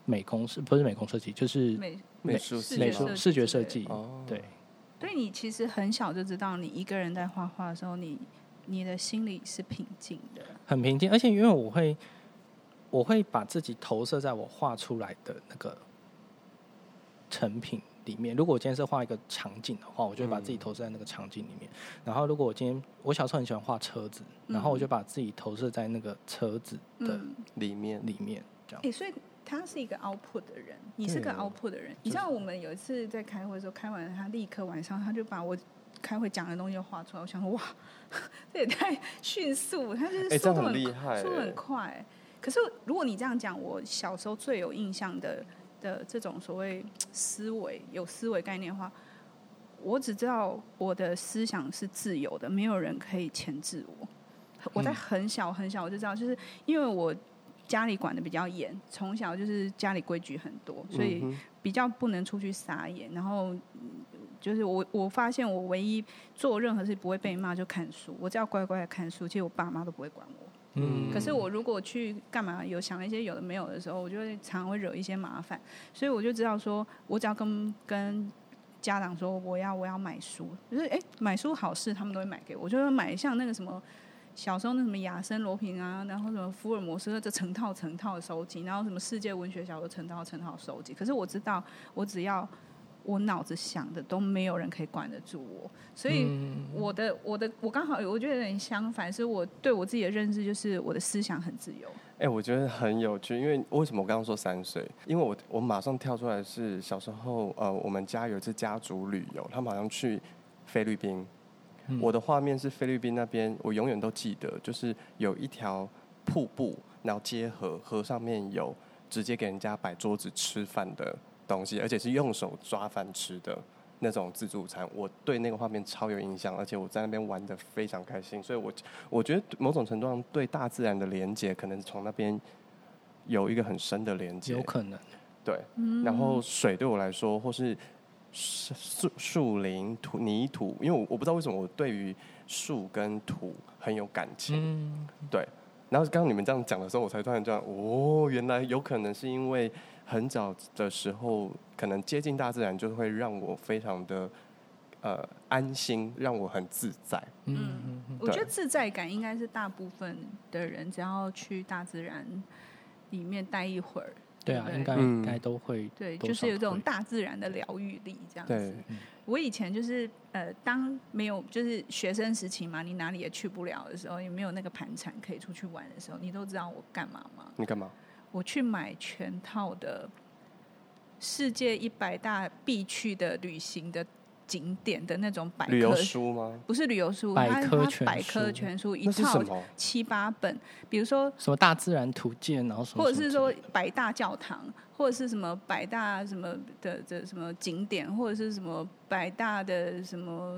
[SPEAKER 3] 不是美工设计，就是
[SPEAKER 1] 美术
[SPEAKER 3] 视觉设计。对，
[SPEAKER 2] 所以你其实很小就知道，你一个人在画画的时候，你的心里是平静的，
[SPEAKER 3] 很平静。而且因为我会把自己投射在我画出来的那个成品里面。如果我今天是画一个场景的话，我就会把自己投射在那个场景里面。然后如果我小时候很喜欢画车子，然后我就把自己投射在那个车子的
[SPEAKER 1] 里面
[SPEAKER 3] 这样。
[SPEAKER 2] 所以他是一个 output 的人，你是个 output 的人。你知道我们有一次在开会的时候，开完他立刻晚上他就把我开会讲的东西就画出来。我想说哇，这也太迅速，他就是速度很厉害，速度很快。可是如果你这样讲，我小时候最有印象的这种所谓有思维概念的话，我只知道我的思想是自由的，没有人可以钳制我。我在很小很小我就知道，就是因为我家里管的比较严，从小就是家里规矩很多，所以比较不能出去撒野。然后就是我发现我唯一做任何事不会被骂就看书，我只要乖乖的看书，其实我爸妈都不会管我。可是我如果去干嘛有想一些有的没有的时候，我就会常常会惹一些麻烦，所以我就知道说，我只要跟家长说我要买书，就是买书好事他们都会买给我，就会买像那个什么小时候那什么亚森罗平啊，然后什么福尔摩斯这成套的收集，然后什么世界文学小说成套收集。可是我知道，我只要我脑子想的都没有人可以管得住我，所以我刚好我觉得有点相反，是我对我自己的认知就是我的思想很自由。
[SPEAKER 1] 我觉得很有趣，因为为什么我刚刚说3岁？因为我马上跳出来是小时候我们家有一次家族旅游，他们好像去菲律宾。我的画面是菲律宾那边，我永远都记得，就是有一条瀑布，然后接河上面有直接给人家摆桌子吃饭的东西，而且是用手抓饭吃的那种自助餐。我对那个画面超有印象，而且我在那边玩得非常开心，所以我觉得某种程度上对大自然的连结，可能从那边有一个很深的连结，
[SPEAKER 3] 有可能。
[SPEAKER 1] 对，然后水对我来说，或是树林、泥土，因为我不知道为什么我对于树跟土很有感情，对。然后刚刚你们这样讲的时候，我才突然这样，原来有可能是因为很早的时候，可能接近大自然，就会让我非常的安心，让我很自在。
[SPEAKER 2] 我觉得自在感应该是大部分的人，只要去大自然里面待一会儿。
[SPEAKER 3] 对啊，应该都会。
[SPEAKER 2] 对，就是有这种大自然的疗愈力这样子。我以前就是当没有就是学生时期嘛，你哪里也去不了的时候，也没有那个盘缠可以出去玩的时候，你都知道我干嘛吗？
[SPEAKER 1] 你干嘛？
[SPEAKER 2] 我去买全套的世界100大必去的旅行的景点的那种百科
[SPEAKER 1] 旅游书吗？
[SPEAKER 2] 不是旅游书，
[SPEAKER 3] 百科
[SPEAKER 2] 全书一套7、8本，比如说
[SPEAKER 3] 什么大自然图鉴，然后什么，
[SPEAKER 2] 或者是说100大教堂，或者是什么100大什么的什么景点，或者是什么100大的什么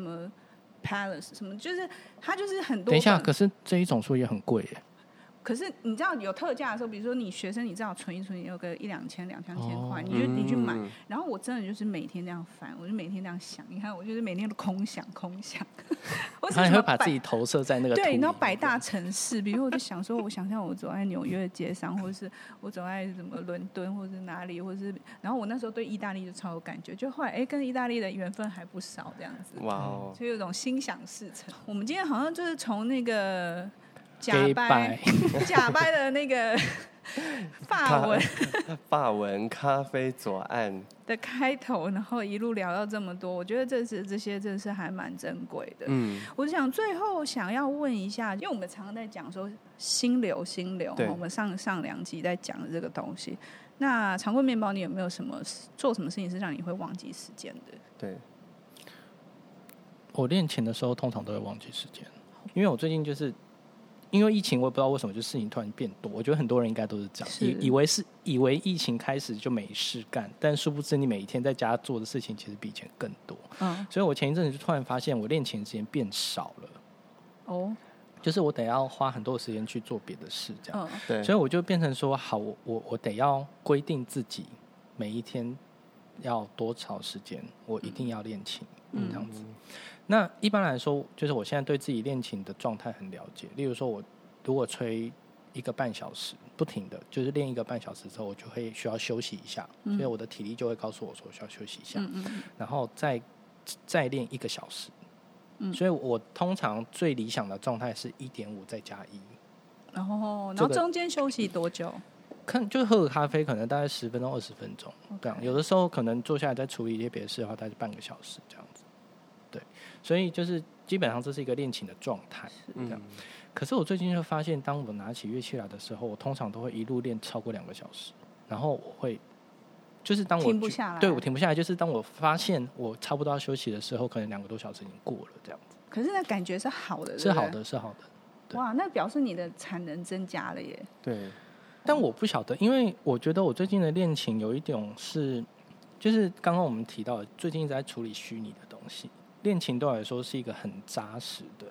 [SPEAKER 2] palace 什么，就是它就是很多。
[SPEAKER 3] 等一下，可是这一种书也很贵耶。
[SPEAKER 2] 可是你知道有特价的时候，比如说你学生，你至少存一存，有个1-2千、2-3千块，你去买。然后我真的就是每天这样翻，我就每天这样想。你看，我就是每天都空想。
[SPEAKER 3] 他会把自己投射在那个
[SPEAKER 2] 对，然后100大城市，比如我就想说，我想象我走在纽约的街上，或者是我走在什么伦敦，或者是哪里，或者是，然后我那时候对意大利就超有感觉，就后来跟意大利的缘分还不少这样子。
[SPEAKER 1] 哇哦！
[SPEAKER 2] 就有种心想事成。我们今天好像就是从那个。假掰的那个
[SPEAKER 1] 法文咖啡左岸
[SPEAKER 2] 的开头，然后一路聊到这么多，我觉得这些真的是还蛮珍贵的。我想最后想要问一下，因为我们常常在讲说心流，我们上2集在讲的这个东西。那长棍面包，你有没有做什么事情是让你会忘记时间的？
[SPEAKER 1] 对，
[SPEAKER 3] 我练琴的时候通常都会忘记时间，因为我最近就是因为疫情，我也不知道为什么就事情突然变多。我觉得很多人应该都是这样，以为疫情开始就没事干，但殊不知你每一天在家做的事情其实比以前更多。所以我前一阵子就突然发现我练琴的时间变少了。就是我得要花很多时间去做别的事，这样。对。所以我就变成说，好，我得要规定自己每一天要多少时间，我一定要练琴，这样子。那一般来说，就是我现在对自己练琴的状态很了解。例如说，我如果吹1个半小时， 不停的，就是练1个半小时之后，我就会需要休息一下，所以我的体力就会告诉我说需要休息一下，然后再练1个小时。所以我通常最理想的状态是1.5再加1。
[SPEAKER 2] 然后中间休息多久？
[SPEAKER 3] 看就是喝个咖啡，可能大概10分钟、20分钟这样。有的时候可能坐下来再处理一些别的事的话，大概半个小时这样子。对，所以就是基本上这是一个练琴的状态这样。可是我最近就发现，当我拿起乐器来的时候，我通常都会一路练超过2个小时，然后我会就是当我
[SPEAKER 2] 停不下来，
[SPEAKER 3] 对我停不下来，就是当我发现我差不多要休息的时候，可能2个多小时已经过了这样子。
[SPEAKER 2] 可是那感觉是好的，
[SPEAKER 3] 是好的，是好的。
[SPEAKER 2] 哇，那表示你的产能增加了耶。
[SPEAKER 1] 对。
[SPEAKER 3] 但我不晓得，因为我觉得我最近的练琴有一种是，就是刚刚我们提到的，最近一直在处理虚拟的东西。练琴对我来说是一个很扎实的、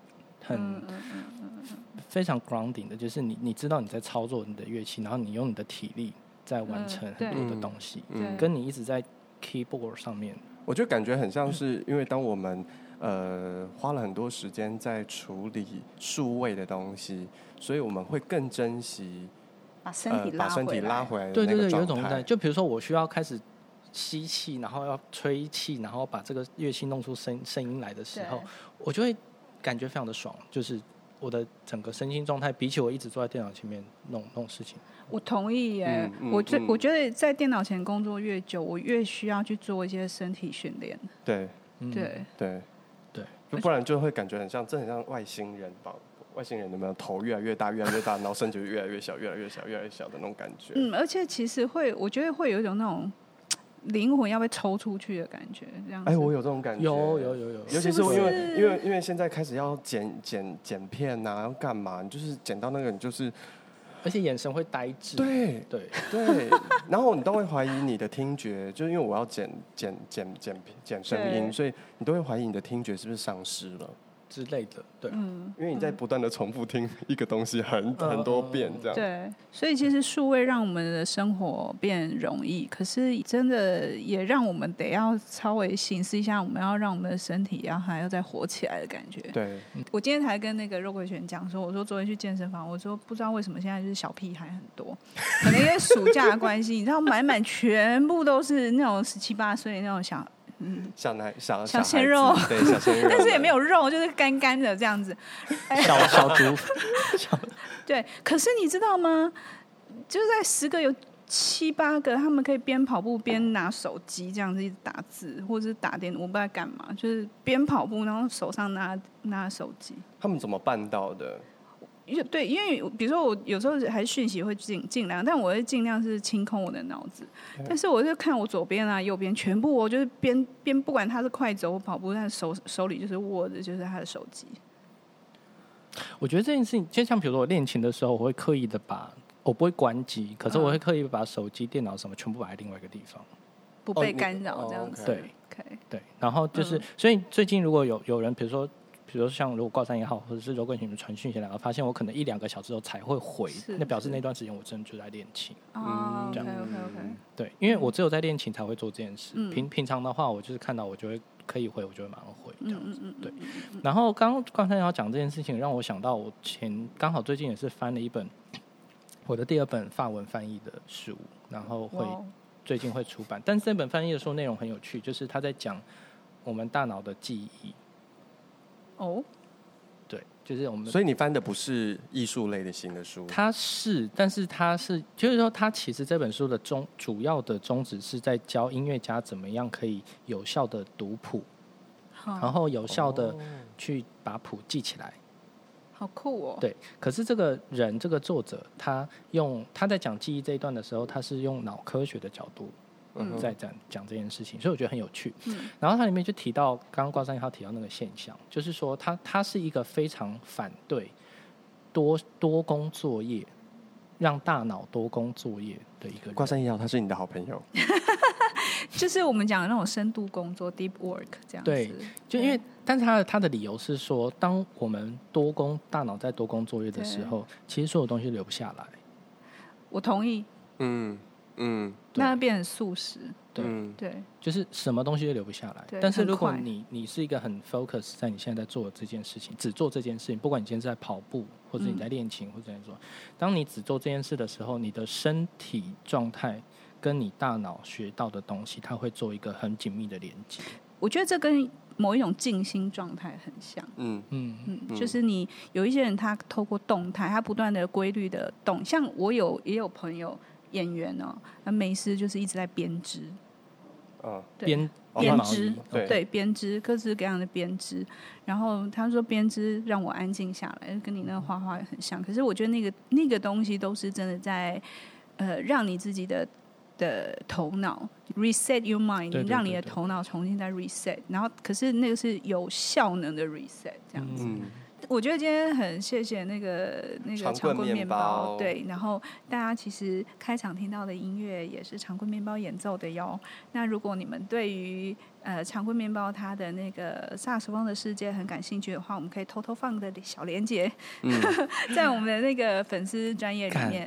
[SPEAKER 3] 非常 grounding 的，就是你知道你在操作你的乐器，然后你用你的体力在完成很多的东西，跟你一直在 keyboard 上面。
[SPEAKER 1] 我就感觉很像是，因为当我们花了很多时间在处理数位的东西，所以我们会更珍惜
[SPEAKER 2] 把身体
[SPEAKER 1] 拉回来的那个状态。
[SPEAKER 3] 对对对，有一种在，就比如说我需要开始吸气，然后要吹气，然后把这个乐器弄出声音来的时候，我就会感觉非常的爽，就是我的整个身心状态比起我一直坐在电脑前面弄事情。
[SPEAKER 2] 我同意耶，我觉得在电脑前工作越久，我越需要去做一些身体训练。
[SPEAKER 1] 对，不然就会感觉很像外星人吧。外星人有没有头越来越大，越来越大，然后身体越来越小，越来越小，越来越小的那种感觉。
[SPEAKER 2] 而且其实我觉得会有一种那种灵魂要被抽出去的感觉，这样子。
[SPEAKER 1] 我有这种感觉。
[SPEAKER 3] 有，
[SPEAKER 1] 尤其是因为现在开始要剪片啊，要干嘛？你就是剪到那个，你就是。
[SPEAKER 3] 而且眼神会呆滞。
[SPEAKER 1] 对，然后你都会怀疑你的听觉，就是因为我要剪声音，所以你都会怀疑你的听觉是不是丧失了
[SPEAKER 3] 之类的。对，
[SPEAKER 1] 因为你在不断的重复听一个东西很多遍这样。
[SPEAKER 2] 对，所以其实数位让我们的生活变容易，可是真的也让我们得要稍微省思一下，我们要让我们的身体还要再活起来的感觉。
[SPEAKER 1] 对，
[SPEAKER 2] 我今天才跟那个肉桂璇讲说，我说昨天去健身房，我说不知道为什么现在就是小屁孩很多，可能因为暑假的关系，你知道满全部都是那种17、18岁那种小鲜肉，
[SPEAKER 1] 对，小鲜肉，
[SPEAKER 2] 但是也没有肉，就是干干的这样子，
[SPEAKER 3] 小猪，
[SPEAKER 2] 对。可是你知道吗？就是在10个有7、8个，他们可以边跑步边拿手机这样子一直打字，或者是打电，我不知道干嘛，就是边跑步然后手上拿手机。
[SPEAKER 1] 他们怎么办到的？
[SPEAKER 2] 对，因为比如说我有时候还是讯息会尽量，但我会尽量是清空我的脑子。但是我就看我左边啊、右边，全部我就是边不管他是快走或跑步，但手里就是握着就是他的手机。
[SPEAKER 3] 我觉得这件事情，就像比如说我练琴的时候，我会刻意的我不会关机，可是我会刻意把手机、电脑什么全部摆在另外一个地方，
[SPEAKER 2] 不被干扰这样子。
[SPEAKER 3] 对，然后就是，所以最近如果有人，比如说像如果挂3也好，或者是如果你们传讯息来，我发现我可能1、2个小时后才会回，那表示那段时间我真的就在练琴。
[SPEAKER 2] 这样 OK。
[SPEAKER 3] 对，因为我只有在练琴才会做这件事。平常的话，我就是看到我就会可以回，我就会马上回这样子。对。然后刚才要讲这件事情，让我想到我刚好最近也是翻了一本我的第2本法文翻译的书，然后最近会出版。但是这本翻译的书内容很有趣，就是他在讲我们大脑的记忆。对，就是我们。
[SPEAKER 1] 所以你翻的不是艺术类的新的书？
[SPEAKER 3] 但是就是说，他其实这本书的主要的宗旨是在教音乐家怎么样可以有效的读谱，然后有效的去把谱记起来。
[SPEAKER 2] 好酷哦！
[SPEAKER 3] 对，可是这个作者他在讲记忆这一段的时候，他是用脑科学的角度。在讲这件事情，所以我觉得很有趣。然后它里面就提到，刚刚挂3也提到那个现象，就是说他是一个非常反对多工作业，让大脑多工作业的一个人。
[SPEAKER 1] 挂3也他是你的好朋友，
[SPEAKER 2] 就是我们讲的那种深度工作 （deep work） 这样子。
[SPEAKER 3] 对，就因为，但是他的理由是说，当我们大脑在多工作业的时候，其实所有东西留不下来。
[SPEAKER 2] 我同意。 那变成素食。
[SPEAKER 3] 对，就是什么东西都留不下来。但是如果你是一个很 focus 在你现在在做的这件事情，只做这件事情，不管你今天是在跑步，或者你在练琴，或者在做，当你只做这件事的时候，你的身体状态跟你大脑学到的东西，它会做一个很紧密的连接。
[SPEAKER 2] 我觉得这跟某一种静心状态很像。就是你有一些人，他透过动态，他不断的规律的动，像我也有朋友演员哦，他没事就是一直在编织。
[SPEAKER 3] 编
[SPEAKER 2] 织，对，编织各式各样的编织。然后他说编织让我安静下来，跟你那个画画也很像。可是我觉得那个东西都是真的在让你自己的头脑 reset your mind， 让你的头脑重新再 reset。然后可是那个是有效能的 reset 这样子。我觉得今天很谢谢那个长棍面包，对，然后大家其实开场听到的音乐也是长棍面包演奏的哟。那如果你们对于长棍面包它的那个萨克斯风的世界很感兴趣的话，我们可以偷偷放个小连结，在我们的那个粉丝专页里面。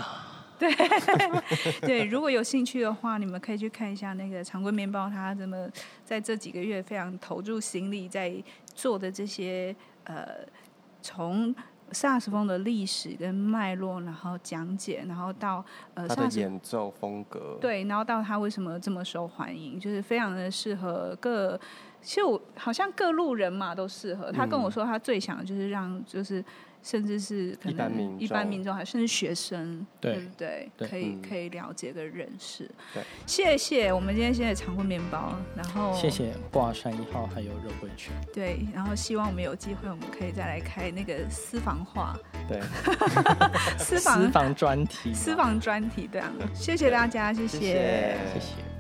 [SPEAKER 2] 对，如果有兴趣的话，你们可以去看一下那个长棍面包，他怎么在这几个月非常投入心力在做的这些从萨克斯风的历史跟脉络，然后讲解，然后到
[SPEAKER 1] 他的演奏风格，
[SPEAKER 2] 对，然后到他为什么这么受欢迎，就是非常的适合其实好像各路人马都适合。他跟我说，他最想的就是让甚至是可能一般民众，还甚至学生，对不对？可以了解跟认识。谢谢，我们今天谢谢长棍面包，然后
[SPEAKER 3] 谢谢挂山1号还有肉桂犬。
[SPEAKER 2] 对，然后希望我们有机会，我们可以再来开那个私房话，
[SPEAKER 1] 对，
[SPEAKER 3] 私房专题，
[SPEAKER 2] 私房专题，对啊，谢谢大家，谢谢。